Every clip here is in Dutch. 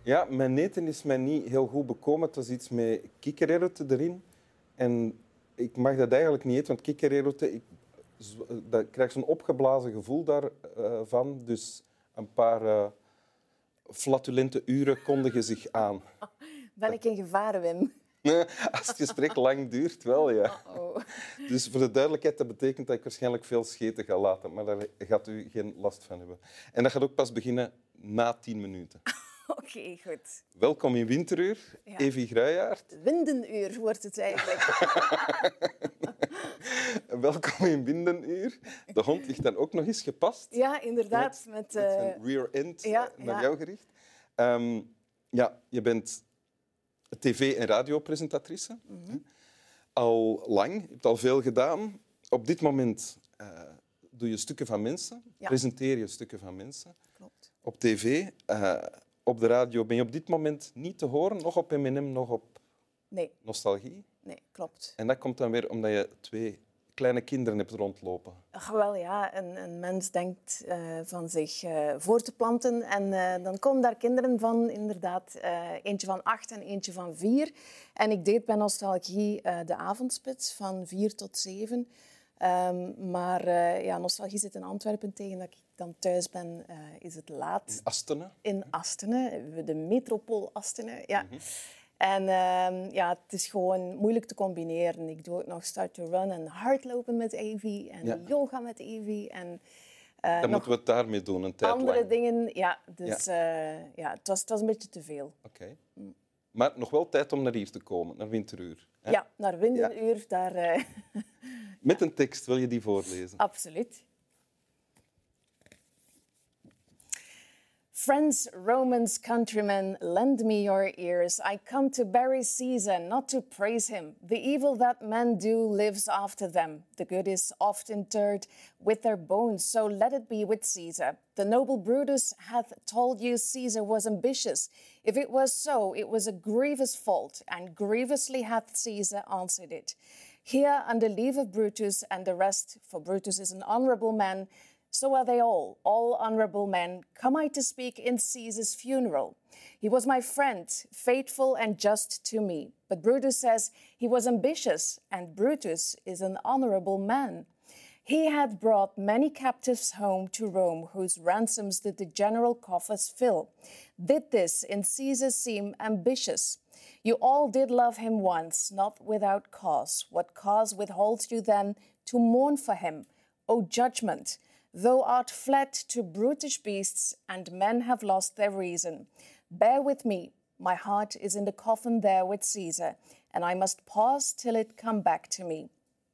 Ja, mijn eten is mij niet heel goed bekomen. Het was iets met kikkererwten erin. En ik mag dat eigenlijk niet eten, want kikkererwten... Ik krijg zo'n opgeblazen gevoel daarvan. Dus een paar flatulente uren kondigen zich aan. Ben ik in gevaar, Wim? Als het gesprek lang duurt, wel, ja. Dus voor de duidelijkheid, dat betekent dat ik waarschijnlijk veel scheten ga laten. Maar daar gaat u geen last van hebben. En dat gaat ook pas beginnen na 10 minuten. Oké, goed. Welkom in Winteruur, Ja. Evi Gruijaert. Windenuur wordt het eigenlijk. Welkom in Windenuur. De hond ligt dan ook nog eens gepast. Ja, inderdaad. Met zijn rear end naar jou gericht. Ja, je bent tv- en radiopresentatrice. Mm-hmm. Al lang, je hebt al veel gedaan. Op dit moment doe je stukken van mensen, presenteer je stukken van mensen. Klopt. Op tv, op de radio ben je op dit moment niet te horen, nog op M&M, nog op Nostalgie. Nee, klopt. En dat komt dan weer omdat je 2 kleine kinderen hebt rondlopen. Wel ja, een mens denkt van zich voor te planten en dan komen daar kinderen van, inderdaad, eentje van 8 en eentje van 4. En ik deed bij Nostalgie de avondspits van 4 tot 7. Maar Nostalgie zit in Antwerpen. Tegen dat ik dan thuis ben, is het laat. In Astene? In Astene, de metropool Astene, ja. Mm-hmm. En het is gewoon moeilijk te combineren. Ik doe ook nog Start to Run en hardlopen met Evi en yoga met Evi. En, dan moeten we het daarmee doen, een tijd andere lang. dingen, ja. Dus het was een beetje te veel. Oké. Maar nog wel tijd om naar hier te komen, naar Winteruur. Hè? Ja, naar Windenuur. Ja. Daar, Met een tekst, wil je die voorlezen? Absoluut. Friends, Romans, countrymen, lend me your ears. I come to bury Caesar, not to praise him. The evil that men do lives after them. The good is oft interred with their bones, so let it be with Caesar. The noble Brutus hath told you Caesar was ambitious. If it was so, it was a grievous fault, and grievously hath Caesar answered it. Here, under leave of Brutus and the rest, for Brutus is an honourable man, so are they all honourable men, come I to speak in Caesar's funeral. He was my friend, faithful and just to me. But Brutus says he was ambitious, and Brutus is an honourable man. He had brought many captives home to Rome, whose ransoms did the general coffers fill. Did this in Caesar seem ambitious? You all did love him once, not without cause. What cause withholds you then to mourn for him? O judgment! Thou art fled to brutish beasts, and men have lost their reason. Bear with me, my heart is in the coffin there with Caesar, and I must pause till it come back to me.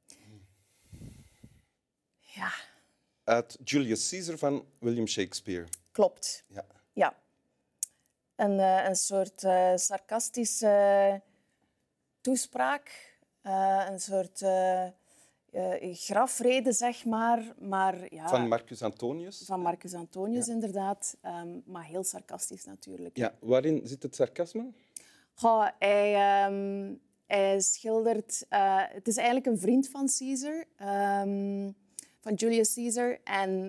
Ja. Uit Julius Caesar van William Shakespeare. Klopt. Ja. Een soort sarcastische toespraak, een soort... grafrede, zeg maar. Van Marcus Antonius? Van Marcus Antonius, inderdaad. Maar heel sarcastisch natuurlijk. Ja, waarin zit het sarcasme? Hij schildert... het is eigenlijk een vriend van Caesar, van Julius Caesar. En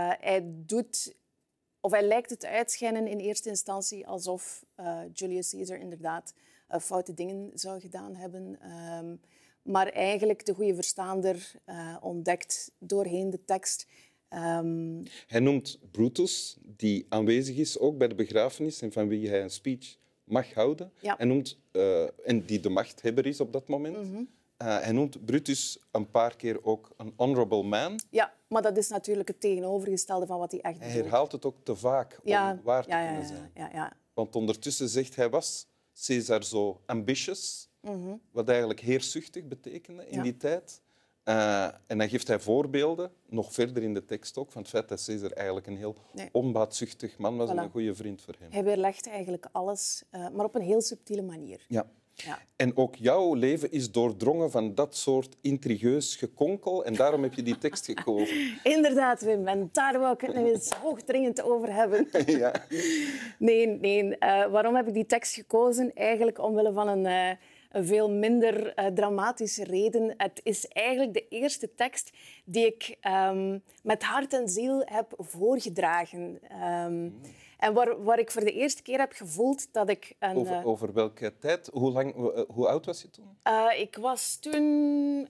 hij lijkt het uitschijnen in eerste instantie alsof Julius Caesar inderdaad foute dingen zou gedaan hebben. Maar eigenlijk de goede verstaander ontdekt doorheen de tekst. Hij noemt Brutus, die aanwezig is ook bij de begrafenis en van wie hij een speech mag houden. Ja. Hij noemt, en die de machthebber is op dat moment. Mm-hmm. Hij noemt Brutus een paar keer ook een honorable man. Ja, maar dat is natuurlijk het tegenovergestelde van wat hij echt bedoelt. Hij herhaalt het ook te vaak om waar te kunnen zijn. Ja. Want ondertussen zegt hij, was Caesar zo ambitious... Mm-hmm. Wat eigenlijk heerzuchtig betekende in die tijd. En dan geeft hij voorbeelden, nog verder in de tekst ook, van het feit dat Caesar eigenlijk een heel onbaatzuchtig man was en een goede vriend voor hem. Hij weerlegt eigenlijk alles, maar op een heel subtiele manier. Ja. En ook jouw leven is doordrongen van dat soort intrigueus gekonkel en daarom heb je die tekst gekozen. Inderdaad, Wim. En daar wou ik het nu eens hoogdringend over hebben. Ja. Nee. Waarom heb ik die tekst gekozen? Eigenlijk omwille van een een veel minder dramatische reden. Het is eigenlijk de eerste tekst die ik met hart en ziel heb voorgedragen. En waar ik voor de eerste keer heb gevoeld dat ik... Over welke tijd? Hoe oud was je toen? Ik was toen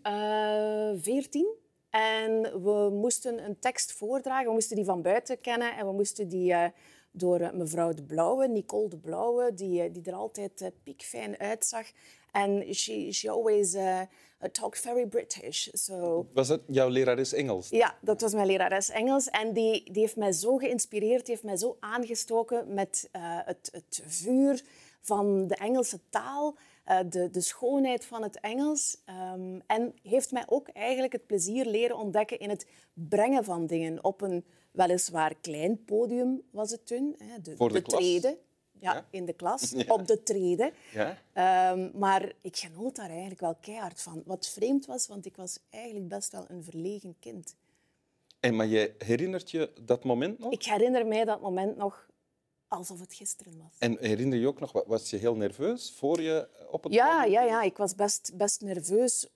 14 en we moesten een tekst voordragen. We moesten die van buiten kennen en we moesten die door mevrouw De Blauwe, Nicole De Blauwe, die er altijd piekfijn uitzag. En she always talked very British. So... Was dat jouw lerares Engels? Ja, dat was mijn lerares Engels. En die heeft mij zo geïnspireerd, die heeft mij zo aangestoken met het vuur van de Engelse taal, de schoonheid van het Engels. En heeft mij ook eigenlijk het plezier leren ontdekken in het brengen van dingen op een weliswaar klein podium was het toen. Voor de klas? Trede. Ja, in de klas, op de trede. Ja? Maar ik genoot daar eigenlijk wel keihard van. Wat vreemd was, want ik was eigenlijk best wel een verlegen kind. Maar je herinnert je dat moment nog? Ik herinner mij dat moment nog alsof het gisteren was. En herinner je ook nog, was je heel nerveus voor je op het Ja, ik was best nerveus.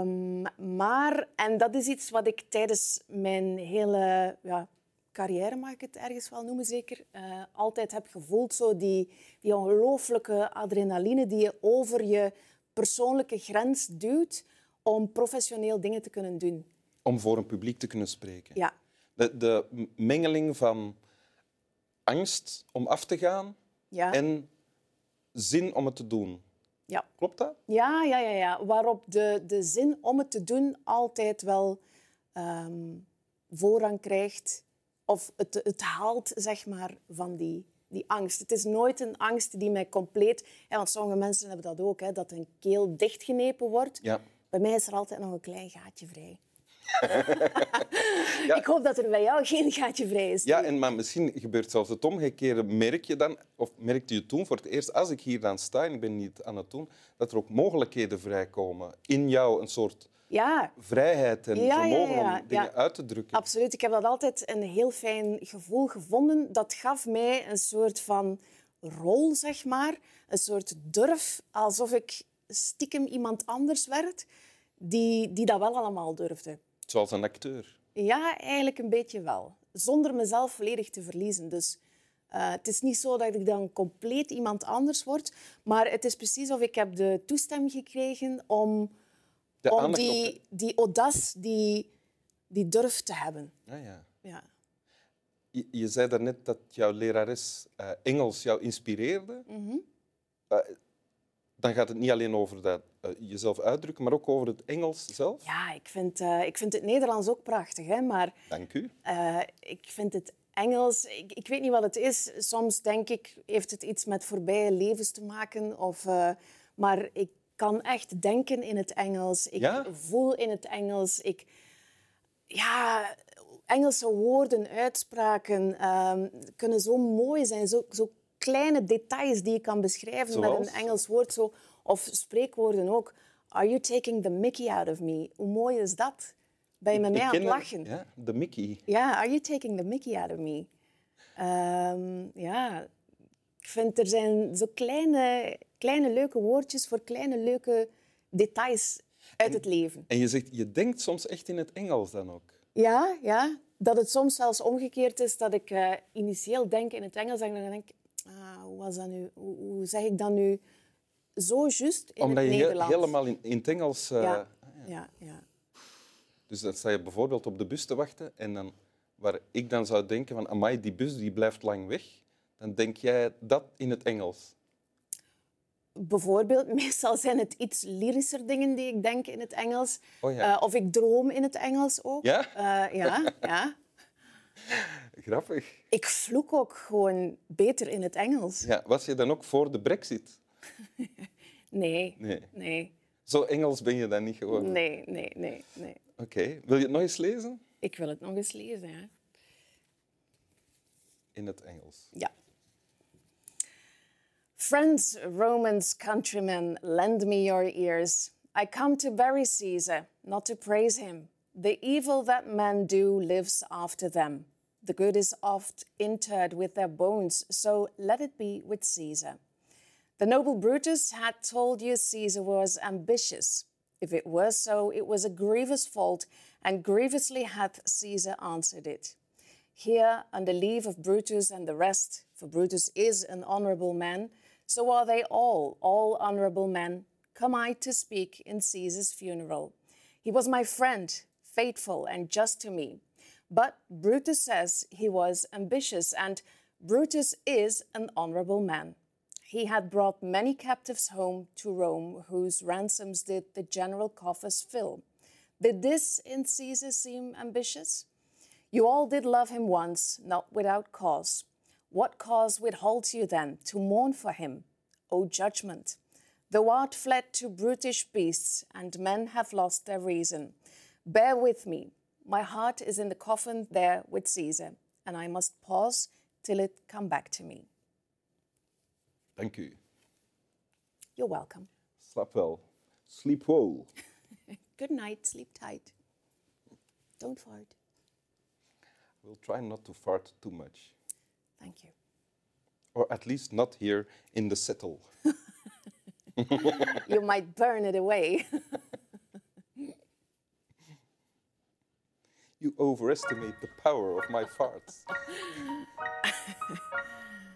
Maar, en dat is iets wat ik tijdens mijn hele carrière, mag ik het ergens wel noemen zeker, altijd heb gevoeld. Zo die ongelooflijke adrenaline die je over je persoonlijke grens duwt om professioneel dingen te kunnen doen. Om voor een publiek te kunnen spreken. Ja. De mengeling van angst om af te gaan en zin om het te doen. Ja. Klopt dat? Ja. Waarop de zin om het te doen altijd wel voorrang krijgt. Of het haalt, zeg maar, van die angst. Het is nooit een angst die mij compleet... want sommige mensen hebben dat ook, hè, dat een keel dichtgenepen wordt. Ja. Bij mij is er altijd nog een klein gaatje vrij. Ja. Ik hoop dat er bij jou geen gaatje vrij is. Ja, maar misschien gebeurt zelfs het omgekeerde. Merk je dan, of merkte je toen voor het eerst, als ik hier dan sta en ik ben niet aan het doen, dat er ook mogelijkheden vrijkomen in jou, een soort vrijheid en vermogen om dingen uit te drukken? Absoluut. Ik heb dat altijd een heel fijn gevoel gevonden. Dat gaf mij een soort van rol, zeg maar. Een soort durf, alsof ik stiekem iemand anders werd die dat wel allemaal durfde. Zoals een acteur? Ja, eigenlijk een beetje wel. Zonder mezelf volledig te verliezen. Dus het is niet zo dat ik dan compleet iemand anders word, maar het is precies of ik heb de toestemming gekregen om die audace, die durf te hebben. Ja. Je zei daarnet dat jouw lerares Engels jou inspireerde. Mm-hmm. Dan gaat het niet alleen over dat jezelf uitdrukken, maar ook over het Engels zelf. Ja, ik vind het Nederlands ook prachtig, hè, maar... Dank u. Ik vind het Engels... Ik weet niet wat het is. Soms denk ik, heeft het iets met voorbije levens te maken. Maar ik kan echt denken in het Engels. Ik voel in het Engels. Engelse woorden, uitspraken kunnen zo mooi zijn. Zo kleine details die je kan beschrijven met een Engels woord. Of spreekwoorden ook. Are you taking the mickey out of me? Hoe mooi is dat? Ben je met mij aan het lachen? Ja, de Mickey. Ja, are you taking the mickey out of me? Ik vind er zijn zo kleine leuke woordjes voor kleine leuke details uit het leven. En je zegt, je denkt soms echt in het Engels dan ook? Ja. Dat het soms zelfs omgekeerd is dat ik initieel denk in het Engels en dan denk ik, hoe was dat nu? Hoe zeg ik dat nu zo juist in Omdat het Nederlands? Omdat je helemaal in het Engels... Ja. Dus dan sta je bijvoorbeeld op de bus te wachten en dan, waar ik dan zou denken van amai, die bus die blijft lang weg, dan denk jij dat in het Engels? Bijvoorbeeld, meestal zijn het iets lyrischer dingen die ik denk in het Engels. Of ik droom in het Engels ook. Ja? Ja. Grappig. Ik vloek ook gewoon beter in het Engels. Ja, was je dan ook voor de Brexit? Nee. Zo Engels ben je dan niet geworden? Nee. Oké. Wil je het nog eens lezen? Ik wil het nog eens lezen, ja. In het Engels. Ja. Friends, Romans, countrymen, lend me your ears. I come to bury Caesar, not to praise him. The evil that men do lives after them. The good is oft interred with their bones, so let it be with Caesar. The noble Brutus had told you Caesar was ambitious. If it were so, it was a grievous fault, and grievously hath Caesar answered it. Here, under leave of Brutus and the rest, for Brutus is an honourable man, so are they all honourable men, come I to speak in Caesar's funeral. He was my friend, faithful and just to me. But Brutus says he was ambitious, and Brutus is an honourable man. He had brought many captives home to Rome, whose ransoms did the general coffers fill. Did this in Caesar seem ambitious? You all did love him once, not without cause. What cause withholds you then to mourn for him? O judgment! Thou art fled to brutish beasts, and men have lost their reason. Bear with me. My heart is in the coffin there with Caesar, and I must pause till it come back to me. Dank u. You're welcome. Slaap wel. Sleep well. Good night, sleep tight. Don't fart. We'll try not to fart too much. Thank you. Or at least not here in the settle. You might burn it away. You overestimate the power of my farts.